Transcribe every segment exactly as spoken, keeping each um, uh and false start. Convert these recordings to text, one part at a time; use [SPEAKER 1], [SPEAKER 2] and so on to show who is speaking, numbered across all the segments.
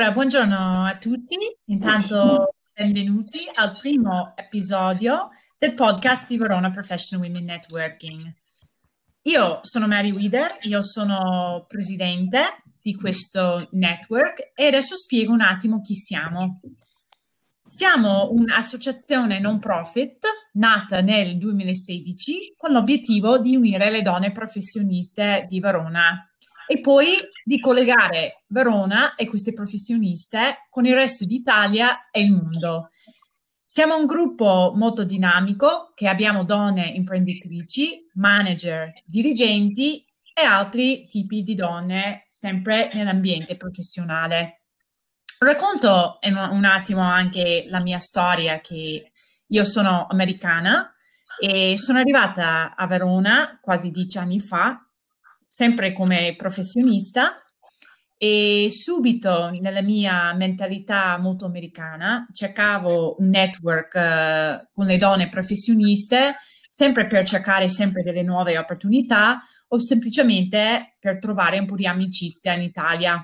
[SPEAKER 1] Allora, buongiorno a tutti. Intanto, benvenuti al primo episodio del podcast di Verona Professional Women Networking. Io sono Mary Wider, io sono presidente di questo network e adesso spiego un attimo chi siamo. Siamo un'associazione non profit nata nel duemilasedici con l'obiettivo di unire le donne professioniste di Verona e poi di collegare Verona e queste professioniste con il resto d'Italia e il mondo. Siamo un gruppo molto dinamico che abbiamo donne imprenditrici, manager, dirigenti e altri tipi di donne sempre nell'ambiente professionale. Racconto un, un attimo anche la mia storia, che io sono americana e sono arrivata a Verona quasi dieci anni fa, sempre come professionista, e subito nella mia mentalità molto americana cercavo un network eh, con le donne professioniste, sempre per cercare sempre delle nuove opportunità o semplicemente per trovare un po' di amicizia in Italia.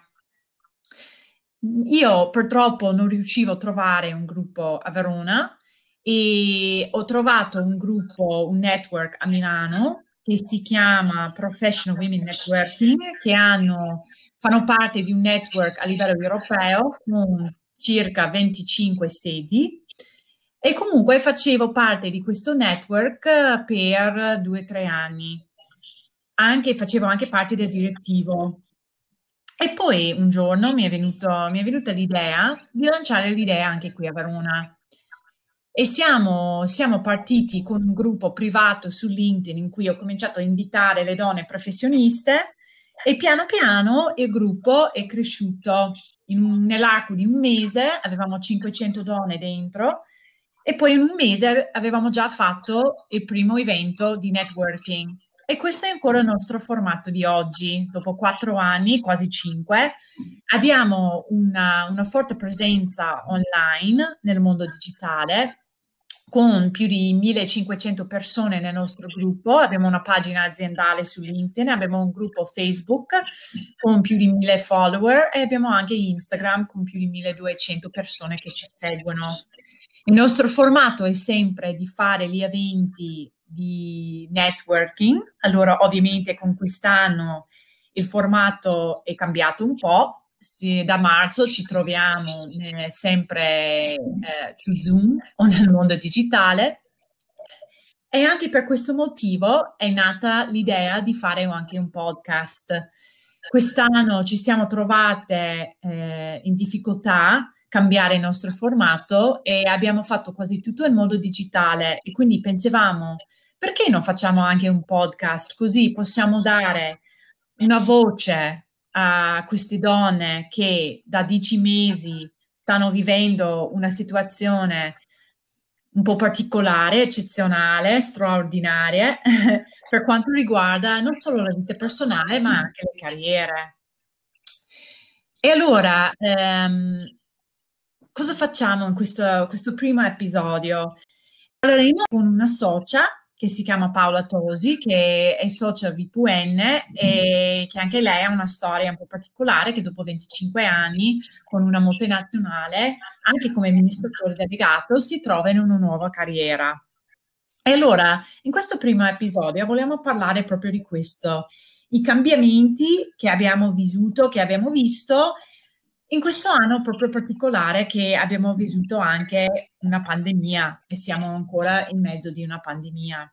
[SPEAKER 1] Io purtroppo non riuscivo a trovare un gruppo a Verona e ho trovato un gruppo, un network a Milano che si chiama Professional Women Networking, che hanno, fanno parte di un network a livello europeo con circa venticinque sedi. E comunque facevo parte di questo network per due o tre anni. Anche, facevo anche parte del direttivo. E poi un giorno mi è venuto, mi è venuta l'idea di lanciare l'idea anche qui a Verona. E siamo, siamo partiti con un gruppo privato su LinkedIn in cui ho cominciato a invitare le donne professioniste e piano piano il gruppo è cresciuto. In un- nell'arco di un mese avevamo cinquecento donne dentro e poi in un mese avevamo già fatto il primo evento di networking. E questo è ancora il nostro formato di oggi, dopo quattro anni, quasi cinque. Abbiamo una, una forte presenza online nel mondo digitale con più di millecinquecento persone nel nostro gruppo. Abbiamo una pagina aziendale su LinkedIn, abbiamo un gruppo Facebook con più di mille follower e abbiamo anche Instagram con più di milleduecento persone che ci seguono. Il nostro formato è sempre di fare gli eventi di networking. Allora, ovviamente con quest'anno il formato è cambiato un po'. Sì, da marzo ci troviamo eh, sempre eh, su Zoom o nel mondo digitale. E anche per questo motivo è nata l'idea di fare anche un podcast. Quest'anno ci siamo trovate eh, in difficoltà a cambiare il nostro formato e abbiamo fatto quasi tutto in modo digitale e quindi pensavamo, perché non facciamo anche un podcast così possiamo dare una voce a queste donne che da dieci mesi stanno vivendo una situazione un po' particolare, eccezionale, straordinaria per quanto riguarda non solo la vita personale, ma anche le carriere. E allora, ehm, cosa facciamo in questo, questo primo episodio? Allora, io con una socia che si chiama Paola Tosi, che è socia V P N e che anche lei ha una storia un po' particolare, che dopo venticinque anni con una multinazionale, anche come amministratore delegato, si trova in una nuova carriera. E allora, in questo primo episodio vogliamo parlare proprio di questo, i cambiamenti che abbiamo vissuto, che abbiamo visto in questo anno proprio particolare che abbiamo vissuto anche una pandemia e siamo ancora in mezzo di una pandemia.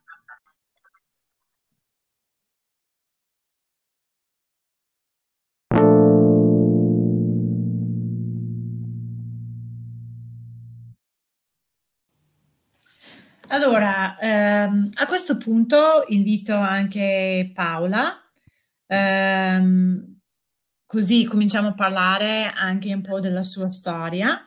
[SPEAKER 1] Allora, ehm, a questo punto invito anche Paola, ehm, così cominciamo a parlare anche un po' della sua storia.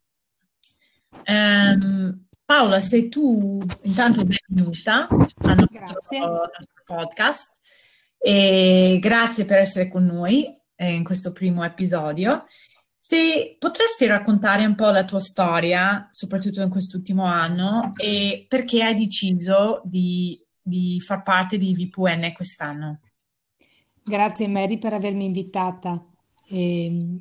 [SPEAKER 1] Ehm, Paola, sei tu intanto benvenuta al nostro,
[SPEAKER 2] Grazie.
[SPEAKER 1] al nostro podcast e grazie per essere con noi eh, in questo primo episodio. Se potresti raccontare un po' la tua storia, soprattutto in quest'ultimo anno, e perché hai deciso di, di far parte di V P N quest'anno?
[SPEAKER 2] Grazie Mary per avermi invitata. Ehm,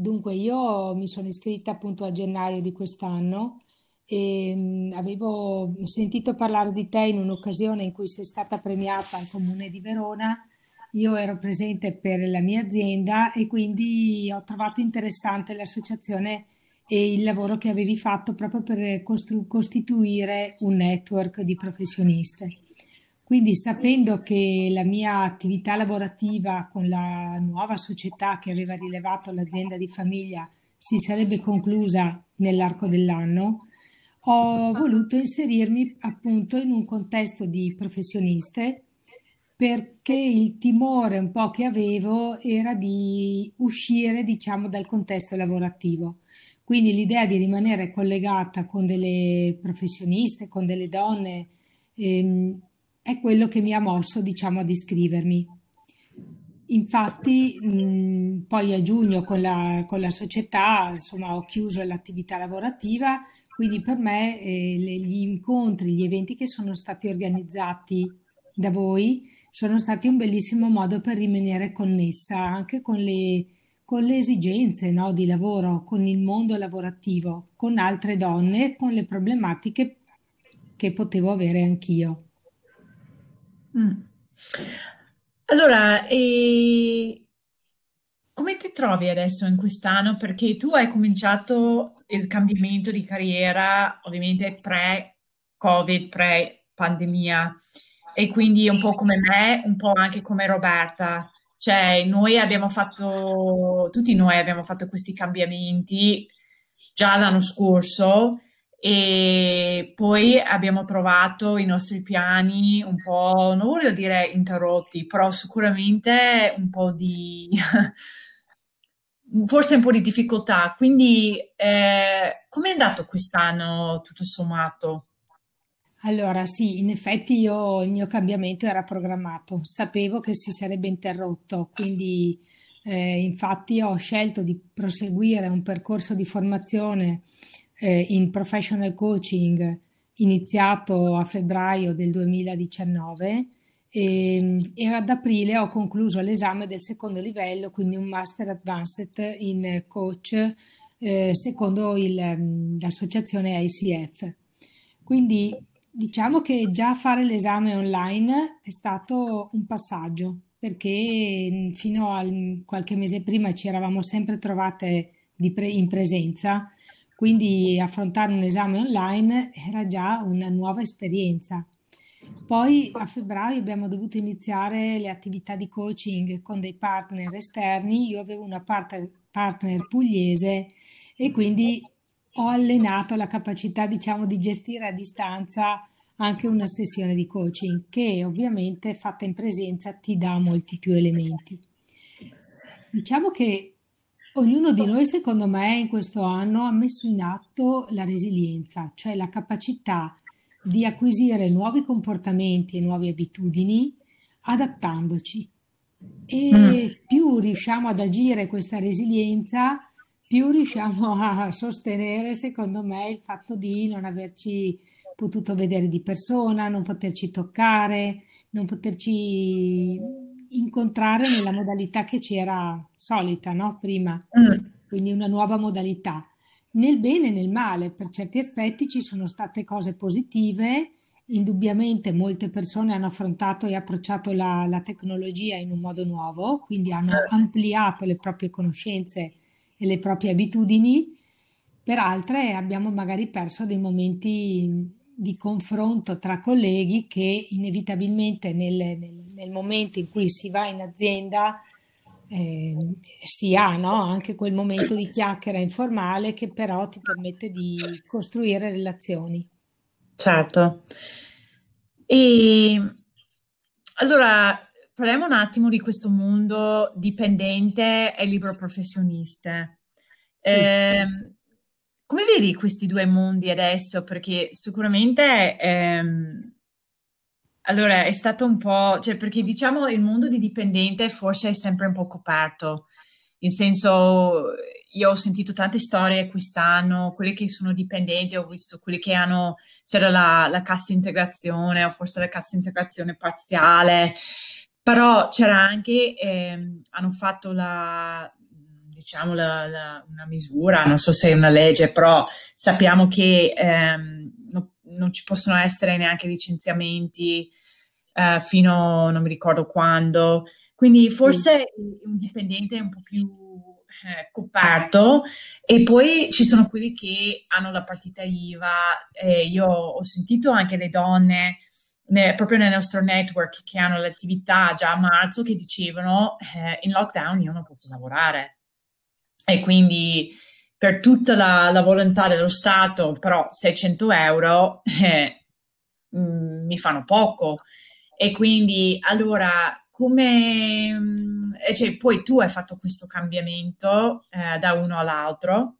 [SPEAKER 2] Dunque, io mi sono iscritta appunto a gennaio di quest'anno e mh, avevo sentito parlare di te in un'occasione in cui sei stata premiata al Comune di Verona. Io ero presente per la mia azienda e quindi ho trovato interessante l'associazione e il lavoro che avevi fatto proprio per costru- costituire un network di professioniste. Quindi, sapendo che la mia attività lavorativa con la nuova società che aveva rilevato l'azienda di famiglia si sarebbe conclusa nell'arco dell'anno, ho voluto inserirmi appunto in un contesto di professioniste perché il timore un po' che avevo era di uscire, diciamo, dal contesto lavorativo. Quindi l'idea di rimanere collegata con delle professioniste, con delle donne, ehm, è quello che mi ha mosso, diciamo, ad iscrivermi. Infatti, mh, poi a giugno con la, con la società, insomma, ho chiuso l'attività lavorativa, quindi per me, eh, le- gli incontri, gli eventi che sono stati organizzati da voi sono stati un bellissimo modo per rimanere connessa anche con le, con le esigenze, no, di lavoro, con il mondo lavorativo, con altre donne, con le problematiche che potevo avere anch'io.
[SPEAKER 1] Mm. Allora, e come ti trovi adesso in quest'anno? Perché tu hai cominciato il cambiamento di carriera, ovviamente pre-Covid, pre-pandemia, e quindi un po' come me, un po' anche come Roberta. Cioè, noi abbiamo fatto, tutti noi abbiamo fatto questi cambiamenti già l'anno scorso e poi abbiamo trovato i nostri piani un po', non voglio dire interrotti, però sicuramente un po' di, forse un po' di difficoltà. Quindi, eh, com'è andato quest'anno tutto sommato?
[SPEAKER 2] Allora, sì, in effetti io, il mio cambiamento era programmato, sapevo che si sarebbe interrotto, quindi eh, infatti ho scelto di proseguire un percorso di formazione eh, in professional coaching iniziato a febbraio del duemiladiciannove e, e ad aprile ho concluso l'esame del secondo livello, quindi un Master Advanced in coach eh, secondo il, mm, l'associazione I C F. Quindi diciamo che già fare l'esame online è stato un passaggio, perché mh, fino a qualche mese prima ci eravamo sempre trovate di pre- in presenza, quindi affrontare un esame online era già una nuova esperienza. Poi a febbraio abbiamo dovuto iniziare le attività di coaching con dei partner esterni. Io avevo una partner, partner pugliese e quindi ho allenato la capacità, diciamo, di gestire a distanza anche una sessione di coaching che ovviamente fatta in presenza ti dà molti più elementi. Diciamo che ognuno di noi, secondo me, in questo anno ha messo in atto la resilienza, cioè la capacità di acquisire nuovi comportamenti e nuove abitudini adattandoci.
[SPEAKER 1] Mm.
[SPEAKER 2] E più riusciamo ad agire questa resilienza, più riusciamo a sostenere, secondo me, il fatto di non averci potuto vedere di persona, non poterci toccare, non poterci incontrare nella modalità che c'era solita, no? Prima,
[SPEAKER 1] Mm.
[SPEAKER 2] quindi una nuova modalità. Nel bene e nel male, per certi aspetti ci sono state cose positive. Indubbiamente molte persone hanno affrontato e approcciato la, la tecnologia in un modo nuovo, quindi hanno ampliato le proprie conoscenze e le proprie abitudini. Per altre abbiamo magari perso dei momenti di confronto tra colleghi che inevitabilmente nel, nel- nel momento in cui si va in azienda eh, si ha, no? Anche quel momento di chiacchiera informale che però ti permette di costruire relazioni.
[SPEAKER 1] Certo. E allora parliamo un attimo di questo mondo dipendente e libero professionista.
[SPEAKER 2] Sì.
[SPEAKER 1] Ehm, come vedi questi due mondi adesso? Perché sicuramente ehm, allora è stato un po', cioè perché diciamo il mondo di dipendente forse è sempre un po' coperto, in senso io ho sentito tante storie quest'anno, quelli che sono dipendenti, ho visto quelli che hanno, c'era la, la cassa integrazione o forse la cassa integrazione parziale, però c'era anche, ehm, hanno fatto la, diciamo, la- la- una misura, non so se è una legge, però sappiamo che ehm, no- non ci possono essere neanche licenziamenti eh, fino non mi ricordo quando. Quindi
[SPEAKER 2] Sì.
[SPEAKER 1] forse un dipendente è un po' più eh, coperto e poi ci sono quelli che hanno la partita IVA. Eh, io ho sentito anche le donne ne- proprio nel nostro network che hanno l'attività già a marzo che dicevano eh, in lockdown io non posso lavorare. E quindi per tutta la, la volontà dello Stato, però seicento euro eh, mm, mi fanno poco. E quindi allora come... mm, e cioè, poi tu hai fatto questo cambiamento eh, da uno all'altro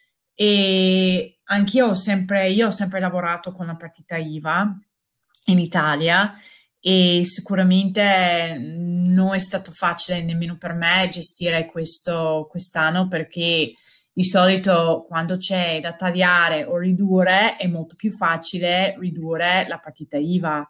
[SPEAKER 1] e anch'io ho sempre, io ho sempre lavorato con la partita IVA in Italia e sicuramente non è stato facile nemmeno per me gestire questo quest'anno perché di solito quando c'è da tagliare o ridurre è molto più facile ridurre la partita IVA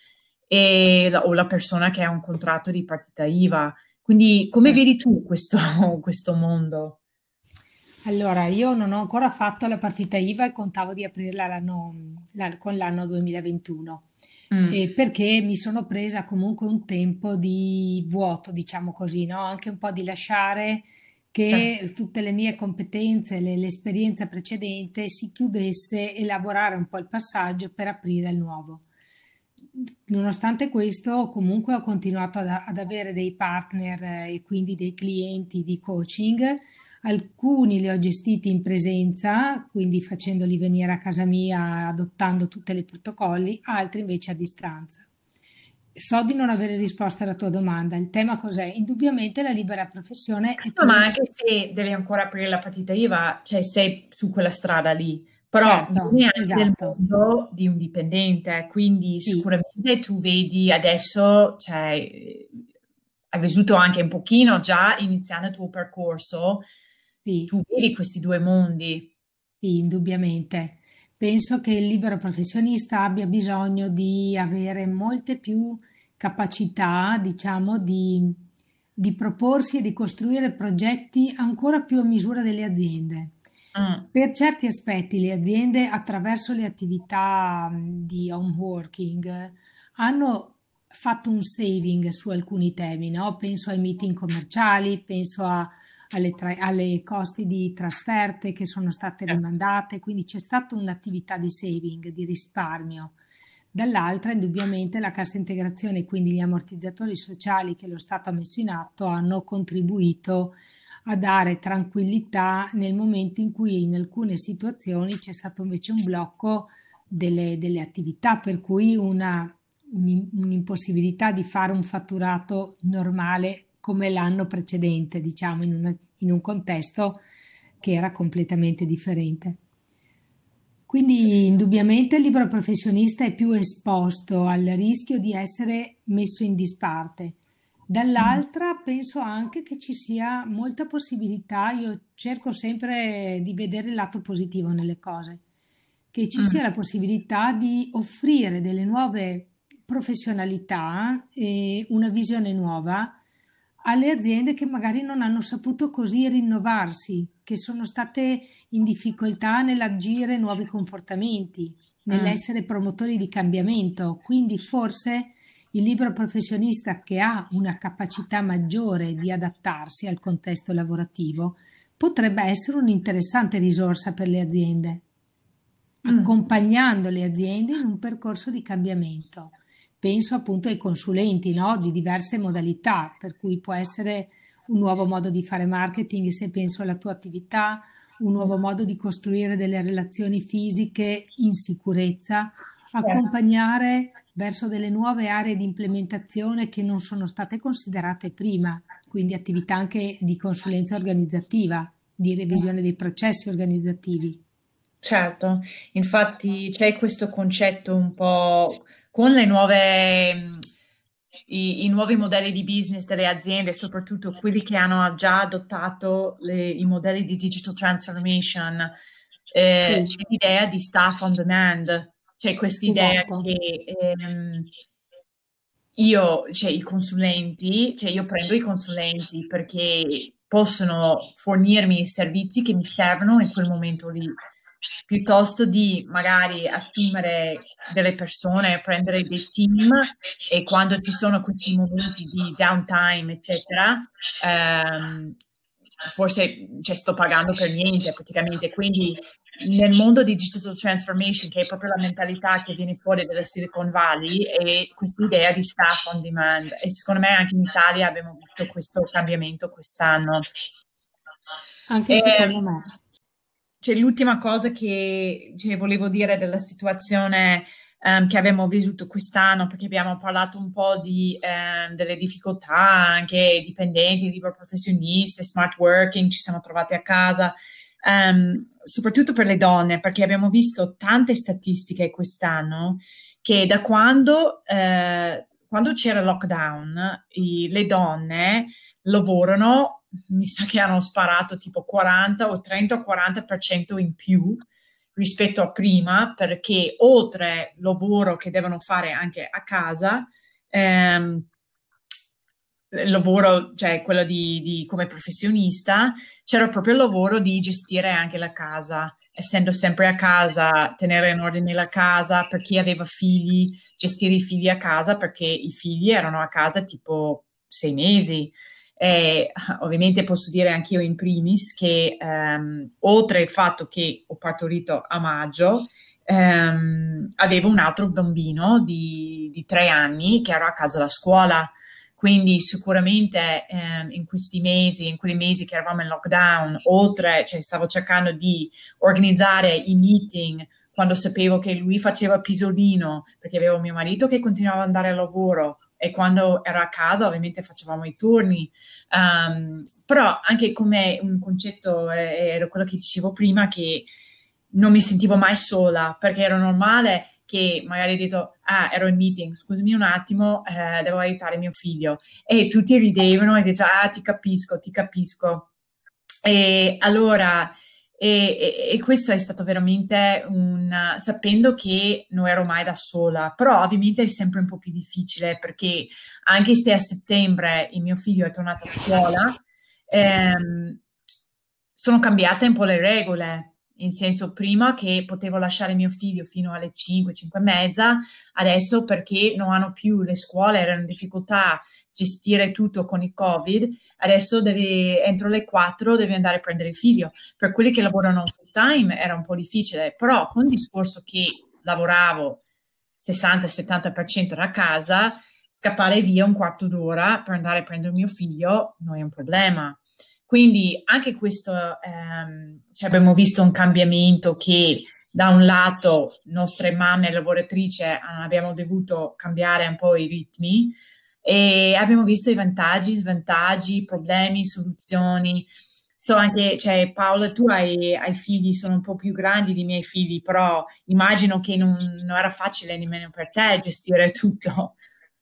[SPEAKER 1] e, la- o la persona che ha un contratto di partita IVA. Quindi come
[SPEAKER 2] Certo.
[SPEAKER 1] vedi tu questo, questo mondo?
[SPEAKER 2] Allora, io non ho ancora fatto la partita IVA e contavo di aprirla l'anno- la- con l'anno duemilaventuno,
[SPEAKER 1] Mm,
[SPEAKER 2] eh, perché mi sono presa comunque un tempo di vuoto, diciamo così, no? Anche un po' di lasciare
[SPEAKER 1] certo.
[SPEAKER 2] che tutte le mie competenze, le- l'esperienza precedente si chiudesse, elaborare un po' il passaggio per aprire il nuovo. Nonostante questo, comunque ho continuato ad, ad avere dei partner eh, e quindi dei clienti di coaching. Alcuni li ho gestiti in presenza, quindi facendoli venire a casa mia, adottando tutti i protocolli, altri invece a distanza. So di non avere risposto alla tua domanda. Il tema cos'è? Indubbiamente la libera professione è
[SPEAKER 1] No, ma
[SPEAKER 2] più.
[SPEAKER 1] anche se devi ancora aprire la partita IVA, cioè sei su quella strada lì, però
[SPEAKER 2] Certo,
[SPEAKER 1] vieni anche del
[SPEAKER 2] esatto.
[SPEAKER 1] mondo di un dipendente, quindi
[SPEAKER 2] Sì,
[SPEAKER 1] sicuramente tu vedi adesso, cioè, eh, hai vissuto anche un pochino già iniziando il tuo percorso,
[SPEAKER 2] sì.
[SPEAKER 1] tu vedi questi due mondi.
[SPEAKER 2] Sì, indubbiamente. Penso che il libero professionista abbia bisogno di avere molte più capacità, diciamo, di, di proporsi e di costruire progetti ancora più a misura delle aziende.
[SPEAKER 1] Mm,
[SPEAKER 2] Per certi aspetti, le aziende, attraverso le attività mh, di home working, hanno fatto un saving su alcuni temi, no? Penso ai meeting commerciali, penso a alle, tra- alle costi di trasferte che sono state
[SPEAKER 1] eh,
[SPEAKER 2] rimandate, quindi c'è stata un'attività di saving, di risparmio. Dall'altra, indubbiamente, la cassa integrazione e quindi gli ammortizzatori sociali che lo Stato ha messo in atto hanno contribuito a dare tranquillità nel momento in cui in alcune situazioni c'è stato invece un blocco delle, delle attività, per cui una, un- un'impossibilità di fare un fatturato normale come l'anno precedente, diciamo, in, una- in un contesto che era completamente differente. Quindi indubbiamente il libero professionista è più esposto al rischio di essere messo in disparte.
[SPEAKER 1] mm,
[SPEAKER 2] Dall'altra penso anche che ci sia molta possibilità, io cerco sempre di vedere il lato positivo nelle cose, che ci
[SPEAKER 1] mm,
[SPEAKER 2] sia la possibilità di offrire delle nuove professionalità e una visione nuova alle aziende che magari non hanno saputo così rinnovarsi, che sono state in difficoltà nell'agire nuovi comportamenti,
[SPEAKER 1] mm.
[SPEAKER 2] nell'essere promotori di cambiamento. Quindi forse il libero professionista che ha una capacità maggiore di adattarsi al contesto lavorativo potrebbe essere un'interessante risorsa per le aziende,
[SPEAKER 1] Mm.
[SPEAKER 2] accompagnando le aziende in un percorso di cambiamento. Penso appunto ai consulenti, no? Di diverse modalità, per cui può essere un nuovo modo di fare marketing se penso alla tua attività, un nuovo modo di costruire delle relazioni fisiche in sicurezza,
[SPEAKER 1] Certo.
[SPEAKER 2] accompagnare verso delle nuove aree di implementazione che non sono state considerate prima, quindi attività anche di consulenza organizzativa, di revisione dei processi organizzativi.
[SPEAKER 1] Certo, infatti c'è questo concetto un po' con le nuove, mh, i, i nuovi modelli di business delle aziende, soprattutto quelli che hanno già adottato le- i modelli di digital transformation, eh,
[SPEAKER 2] Sì,
[SPEAKER 1] c'è l'idea di staff on demand, c'è quest'idea
[SPEAKER 2] esatto.
[SPEAKER 1] che ehm, io, cioè i consulenti, cioè io prendo i consulenti perché possono fornirmi i servizi che mi servono in quel momento lì, piuttosto di magari assumere delle persone, prendere dei team e quando ci sono questi momenti di downtime, eccetera, ehm, forse cioè, sto pagando per niente praticamente. Quindi nel mondo di digital transformation, che è proprio la mentalità che viene fuori dalla Silicon Valley, e questa idea di staff on demand, e secondo me anche in Italia abbiamo visto questo cambiamento quest'anno.
[SPEAKER 2] Anche
[SPEAKER 1] E,
[SPEAKER 2] secondo me.
[SPEAKER 1] c'è l'ultima cosa che cioè, volevo dire della situazione ehm, che abbiamo vissuto quest'anno, perché abbiamo parlato un po' di, ehm, delle difficoltà anche dipendenti, libero professioniste, smart working, ci siamo trovati a casa, ehm, soprattutto per le donne, perché abbiamo visto tante statistiche quest'anno che da quando, eh, quando c'era il lockdown, i- le donne lavorano, mi sa che hanno sparato tipo quaranta o trenta o quaranta per cento in più rispetto a prima, perché oltre il lavoro che devono fare anche a casa, ehm, il lavoro, cioè quello di, di- come professionista, c'era proprio il lavoro di gestire anche la casa, essendo sempre a casa, tenere in ordine la casa, per chi aveva figli, gestire i figli a casa, perché i figli erano a casa tipo sei mesi. E ovviamente posso dire anch'io in primis che ehm, oltre il fatto che ho partorito a maggio, ehm, avevo un altro bambino di, di tre anni che era a casa da scuola. Quindi sicuramente ehm, in questi mesi, in quei mesi che eravamo in lockdown, oltre, cioè stavo cercando di organizzare i meeting quando sapevo che lui faceva pisolino, perché avevo mio marito che continuava ad andare al lavoro e quando ero a casa ovviamente facevamo i turni. Um, però anche come un concetto eh, era quello che dicevo prima, che non mi sentivo mai sola, perché era normale che magari ho detto, ah, ero in meeting, scusami un attimo, eh, devo aiutare mio figlio. E tutti ridevano e dicevo, ah, ti capisco, ti capisco. E allora, e, e- e questo è stato veramente un, sapendo che non ero mai da sola, però ovviamente è sempre un po' più difficile perché anche se a settembre il mio figlio è tornato a scuola, ehm, sono cambiate un po' le regole. In senso, prima che potevo lasciare mio figlio fino alle cinque, cinque e mezza, adesso perché non hanno più le scuole, erano in difficoltà a gestire tutto con il Covid, adesso devi, entro le quattro devi andare a prendere il figlio. Per quelli che lavorano full time era un po' difficile, però con il discorso che lavoravo sessanta settanta per cento da casa, scappare via un quarto d'ora per andare a prendere mio figlio non è un problema. Quindi anche questo, ehm, cioè abbiamo visto un cambiamento che da un lato nostre mamme lavoratrici eh, abbiamo dovuto cambiare un po' i ritmi e abbiamo visto i vantaggi, svantaggi, problemi, soluzioni. So anche, cioè, Paola, tu hai, hai figli, sono un po' più grandi dei miei figli, però immagino che non, non era facile nemmeno per te gestire tutto.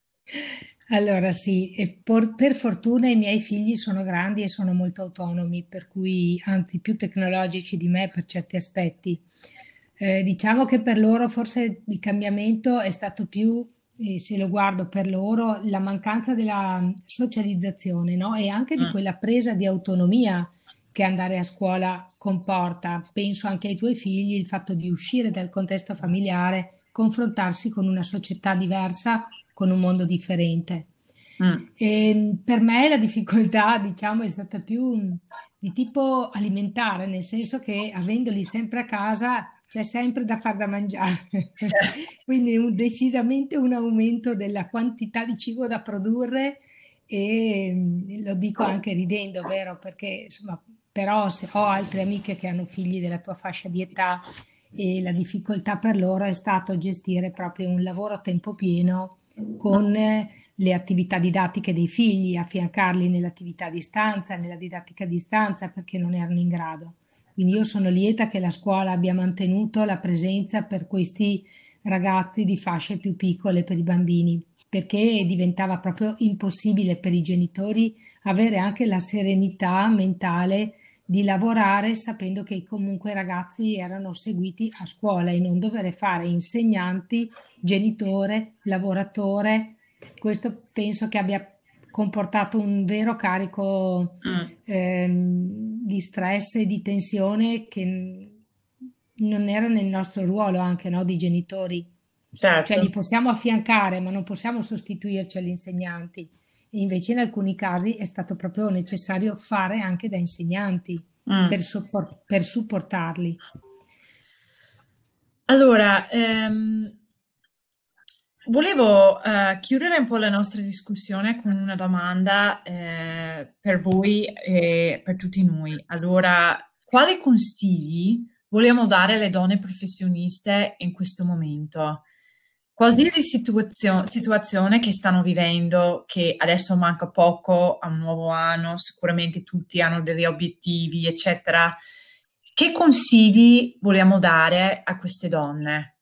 [SPEAKER 2] Allora sì, e por- per fortuna i miei figli sono grandi e sono molto autonomi, per cui anzi più tecnologici di me per certi aspetti. Eh, diciamo che per loro forse il cambiamento è stato più, eh, se lo guardo per loro, la mancanza della socializzazione, no? E anche di
[SPEAKER 1] Mm,
[SPEAKER 2] quella presa di autonomia che andare a scuola comporta. Penso anche ai tuoi figli, il fatto di uscire dal contesto familiare, confrontarsi con una società diversa, con un mondo differente.
[SPEAKER 1] mm.
[SPEAKER 2] E per me la difficoltà, diciamo, è stata più mh, di tipo alimentare, nel senso che avendoli sempre a casa c'è sempre da far da mangiare, quindi un- decisamente un aumento della quantità di cibo da produrre e mh, lo dico anche ridendo, vero? Perché insomma, però se ho altre amiche che hanno figli della tua fascia di età e la difficoltà per loro è stato gestire proprio un lavoro a tempo pieno con eh, le attività didattiche dei figli, affiancarli nell'attività a distanza, nella didattica a distanza perché non erano in grado. Quindi io sono lieta che la scuola abbia mantenuto la presenza per questi ragazzi di fasce più piccole, per i bambini, perché diventava proprio impossibile per i genitori avere anche la serenità mentale di lavorare sapendo che comunque i ragazzi erano seguiti a scuola e non dover fare insegnanti, genitore, lavoratore. Questo penso che abbia comportato un vero carico
[SPEAKER 1] Mm,
[SPEAKER 2] ehm, di stress e di tensione che n- non era nel nostro ruolo anche, no, di genitori. Cioè li
[SPEAKER 1] certo.
[SPEAKER 2] possiamo affiancare, ma non possiamo sostituirci agli insegnanti. E invece in alcuni casi è stato proprio necessario fare anche da insegnanti per,
[SPEAKER 1] Mm.
[SPEAKER 2] soppor- per supportarli.
[SPEAKER 1] Allora, ehm, volevo eh, chiudere un po' la nostra discussione con una domanda eh, per voi e per tutti noi. Allora, quali consigli vogliamo dare alle donne professioniste in questo momento? Qualsiasi situazio- situazione che stanno vivendo, che adesso manca poco a un nuovo anno, sicuramente tutti hanno degli obiettivi, eccetera. Che consigli vogliamo dare a queste donne?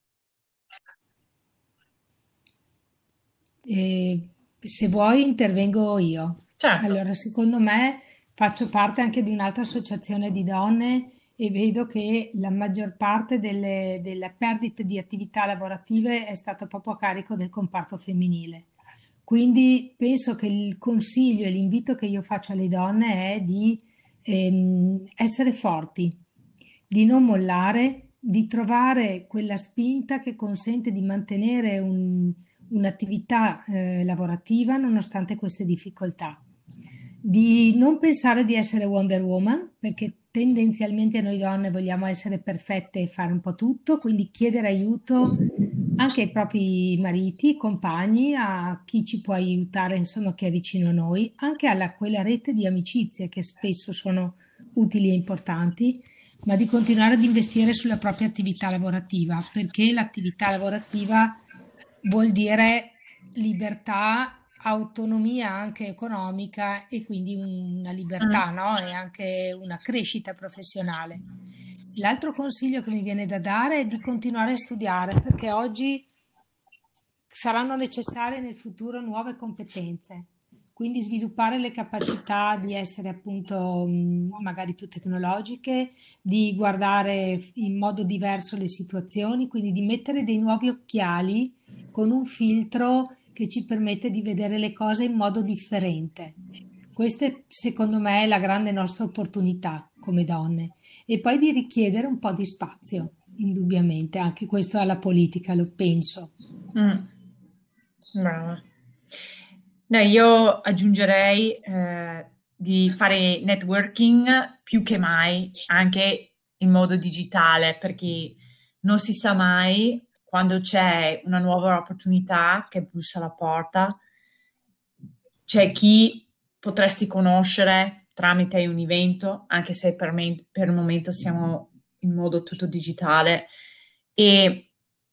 [SPEAKER 2] E se vuoi intervengo io.
[SPEAKER 1] Certo.
[SPEAKER 2] Allora, secondo me faccio parte anche di un'altra associazione di donne e vedo che la maggior parte delle, delle perdite di attività lavorative è stata proprio a carico del comparto femminile. Quindi penso che il consiglio e l'invito che io faccio alle donne è di ehm, essere forti, di non mollare, di trovare quella spinta che consente di mantenere un- un'attività eh, lavorativa nonostante queste difficoltà. Di non pensare di essere Wonder Woman, perché tendenzialmente noi donne vogliamo essere perfette e fare un po' tutto, quindi chiedere aiuto anche ai propri mariti, compagni, a chi ci può aiutare, insomma, che è vicino a noi, anche alla quella rete di amicizie che spesso sono utili e importanti, ma di continuare ad investire sulla propria attività lavorativa, perché l'attività lavorativa vuol dire libertà, autonomia anche economica e quindi una
[SPEAKER 1] Mm.
[SPEAKER 2] libertà, no? E anche una crescita professionale. L'altro consiglio che mi viene da dare è di continuare a studiare, perché oggi saranno necessarie nel futuro nuove competenze, quindi sviluppare le capacità di essere appunto mh, magari più tecnologiche, di guardare in modo diverso le situazioni, quindi di mettere dei nuovi occhiali con un filtro che ci permette di vedere le cose in modo differente. Questa è, secondo me, è la grande nostra opportunità come donne. E poi di richiedere un po' di spazio, indubbiamente, anche questo alla politica, lo penso.
[SPEAKER 1] Mm. Brava. No, io aggiungerei eh, di fare networking più che mai, anche in modo digitale, perché non si sa mai quando c'è una nuova opportunità che bussa alla porta, c'è chi potresti conoscere tramite un evento, anche se per me, per il momento siamo in modo tutto digitale, e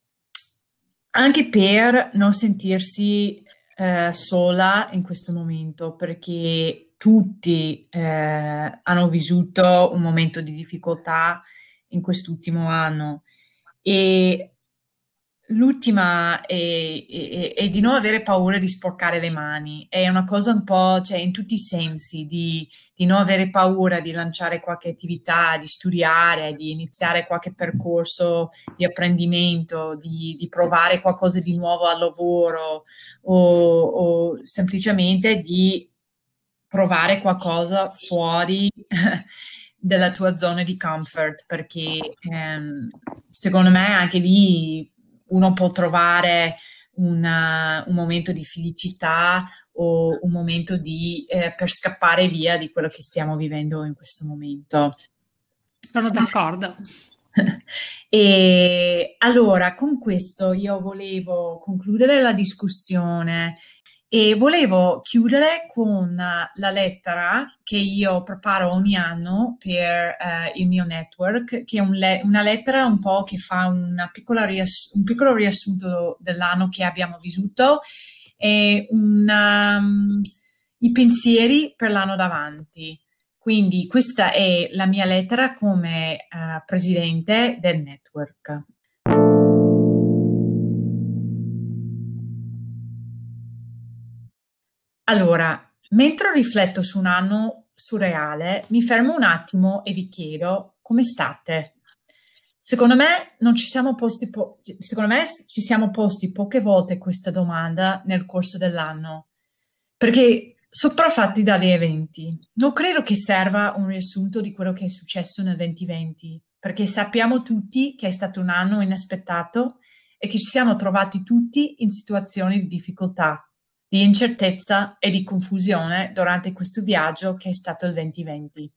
[SPEAKER 1] anche per non sentirsi eh, sola in questo momento, perché tutti eh, hanno vissuto un momento di difficoltà in quest'ultimo anno. E l'ultima è, è- è di non avere paura di sporcare le mani. È una cosa un po', cioè in tutti i sensi, di, di non avere paura di lanciare qualche attività, di studiare, di iniziare qualche percorso di apprendimento, di, di provare qualcosa di nuovo al lavoro o, o semplicemente di provare qualcosa fuori della tua zona di comfort, perché ehm, secondo me anche lì uno può trovare una- un momento di felicità o un momento di, eh, per scappare via di quello che stiamo vivendo in questo momento.
[SPEAKER 2] Sono d'accordo.
[SPEAKER 1] E allora, con questo io volevo concludere la discussione e volevo chiudere con la lettera che io preparo ogni anno per eh, il mio network, che è un le- una lettera un po' che fa una piccola riass- un piccolo riassunto dell'anno che abbiamo vissuto e una, um, i pensieri per l'anno davanti. Quindi questa è la mia lettera come eh, presidente del network. Allora, mentre rifletto su un anno surreale, mi fermo un attimo e vi chiedo come state? Secondo me non ci siamo posti, po- secondo me ci siamo posti poche volte questa domanda nel corso dell'anno, perché sopraffatti dagli eventi. Non credo che serva un riassunto di quello che è successo nel duemilaventi, perché sappiamo tutti che è stato un anno inaspettato e che ci siamo trovati tutti in situazioni di difficoltà, di incertezza e di confusione durante questo viaggio che è stato il duemilaventi.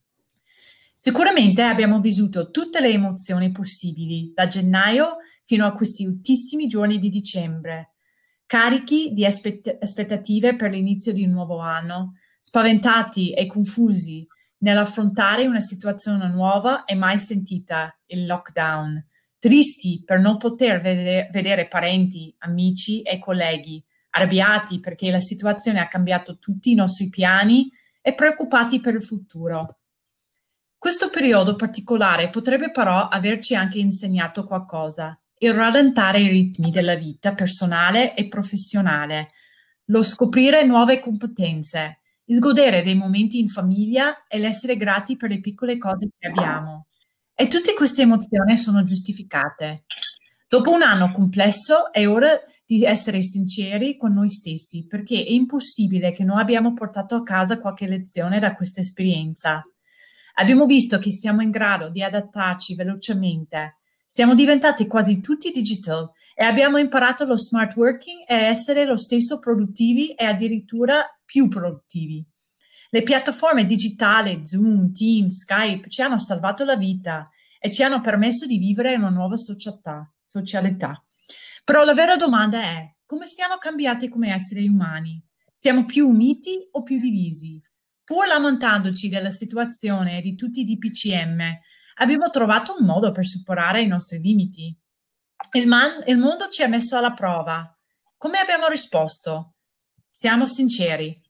[SPEAKER 1] Sicuramente abbiamo vissuto tutte le emozioni possibili, da gennaio fino a questi ultimissimi giorni di dicembre, carichi di aspett- aspettative per l'inizio di un nuovo anno, spaventati e confusi nell'affrontare una situazione nuova e mai sentita, il lockdown, tristi per non poter vede- vedere parenti, amici e colleghi, arrabbiati perché la situazione ha cambiato tutti i nostri piani e preoccupati per il futuro. Questo periodo particolare potrebbe però averci anche insegnato qualcosa: il rallentare i ritmi della vita personale e professionale, lo scoprire nuove competenze, il godere dei momenti in famiglia e l'essere grati per le piccole cose che abbiamo. E tutte queste emozioni sono giustificate. Dopo un anno complesso è ora di essere sinceri con noi stessi, perché è impossibile che non abbiamo portato a casa qualche lezione da questa esperienza. Abbiamo visto che siamo in grado di adattarci velocemente. Siamo diventati quasi tutti digital e abbiamo imparato lo smart working e essere lo stesso produttivi e addirittura più produttivi. Le piattaforme digitali, Zoom, Teams, Skype, ci hanno salvato la vita e ci hanno permesso di vivere una nuova società, socialità. Però la vera domanda è: come siamo cambiati come esseri umani? Siamo più uniti o più divisi? Pur lamentandoci della situazione e di tutti i D P C M, abbiamo trovato un modo per superare i nostri limiti. Il, man- il mondo ci ha messo alla prova. Come abbiamo risposto? Siamo sinceri.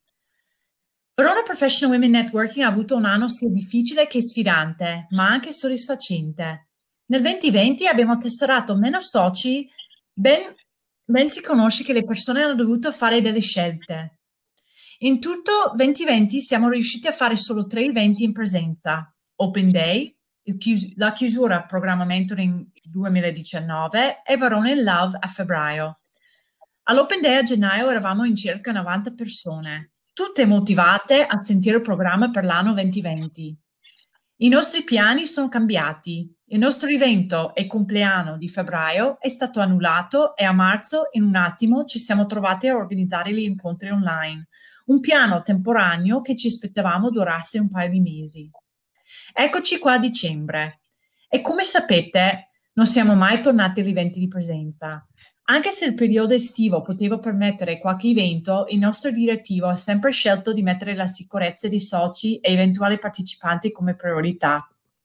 [SPEAKER 1] Verona Professional Women Networking ha avuto un anno sia difficile che sfidante, ma anche soddisfacente. Nel duemilaventi abbiamo tesserato meno soci, ben, ben si conosce che le persone hanno dovuto fare delle scelte. In tutto duemilaventi siamo riusciti a fare solo tre eventi in presenza: Open Day, il chius- la chiusura programma Mentoring duemiladiciannove e Verona in Love a febbraio. All'Open Day a gennaio eravamo in circa novanta persone, tutte motivate a sentire il programma per l'anno duemilaventi. I nostri piani sono cambiati. Il nostro evento e compleanno di febbraio è stato annullato e a marzo, in un attimo, ci siamo trovati a organizzare gli incontri online, un piano temporaneo che ci aspettavamo durasse un paio di mesi. Eccoci qua a dicembre e, come sapete, non siamo mai tornati agli eventi di presenza. Anche se il periodo estivo poteva permettere qualche evento, il nostro direttivo ha sempre scelto di mettere la sicurezza dei soci e eventuali partecipanti come priorità.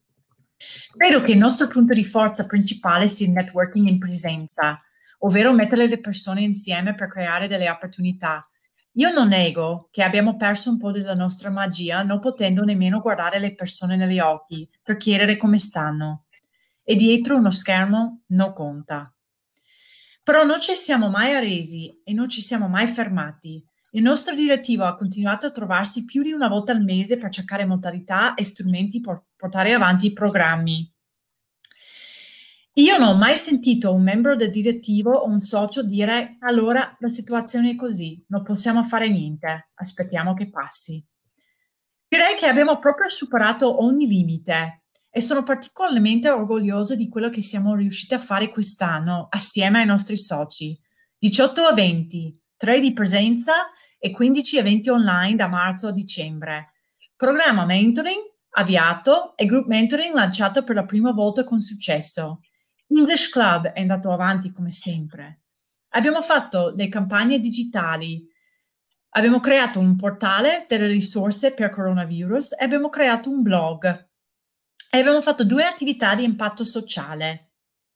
[SPEAKER 1] Credo che il nostro punto di forza principale sia il networking in presenza, ovvero mettere le persone insieme per creare delle opportunità. Io non nego che abbiamo perso un po' della nostra magia, non potendo nemmeno guardare le persone negli occhi per chiedere come stanno. E dietro uno schermo non conta. Però non ci siamo mai arresi e non ci siamo mai fermati. Il nostro direttivo ha continuato a trovarsi più di una volta al mese per cercare modalità e strumenti per portare avanti i programmi. Io non ho mai sentito un membro del direttivo o un socio dire: allora la situazione è così, non possiamo fare niente, aspettiamo che passi. Direi che abbiamo proprio superato ogni limite e sono particolarmente orgogliosa di quello che siamo riusciti a fare quest'anno assieme ai nostri soci. diciotto eventi, tre di presenza e quindici eventi online da marzo a dicembre. Programma mentoring avviato e group mentoring lanciato per la prima volta con successo. English Club è andato avanti come sempre. Abbiamo fatto le campagne digitali. Abbiamo creato un portale delle risorse per coronavirus e abbiamo creato un blog e abbiamo fatto due attività di impatto sociale.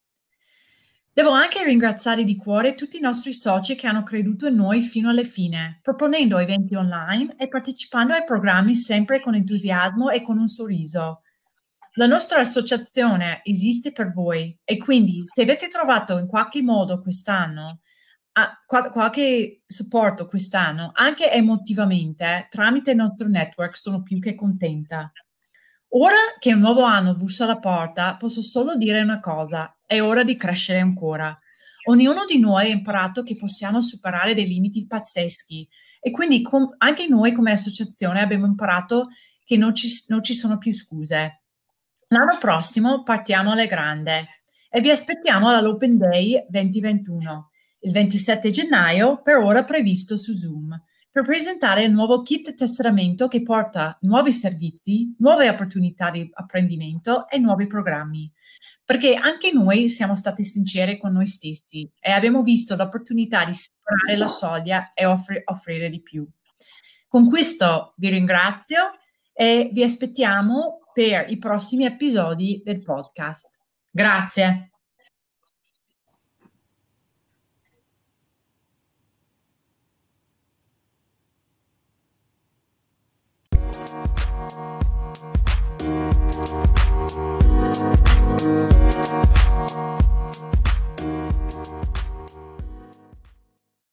[SPEAKER 1] Devo anche ringraziare di cuore tutti i nostri soci che hanno creduto in noi fino alla fine, proponendo eventi online e partecipando ai programmi sempre con entusiasmo e con un sorriso. La nostra associazione esiste per voi e quindi se avete trovato in qualche modo quest'anno a- qua- qualche supporto quest'anno, anche emotivamente, tramite il nostro network, sono più che contenta. Ora che un nuovo anno bussa alla porta, posso solo dire una cosa: è ora di crescere ancora. Ognuno di noi ha imparato che possiamo superare dei limiti pazzeschi E quindi com- anche noi come associazione abbiamo imparato che non ci, non ci sono più scuse. L'anno prossimo partiamo alle grande e vi aspettiamo all'Open Day duemilaventuno, il ventisette gennaio, per ora previsto su Zoom, per presentare il nuovo kit tesseramento che porta nuovi servizi, nuove opportunità di apprendimento e nuovi programmi. Perché anche noi siamo stati sinceri con noi stessi e abbiamo visto l'opportunità di superare la soglia e offri- offrire di più. Con questo vi ringrazio e vi aspettiamo per i prossimi episodi del podcast. Grazie.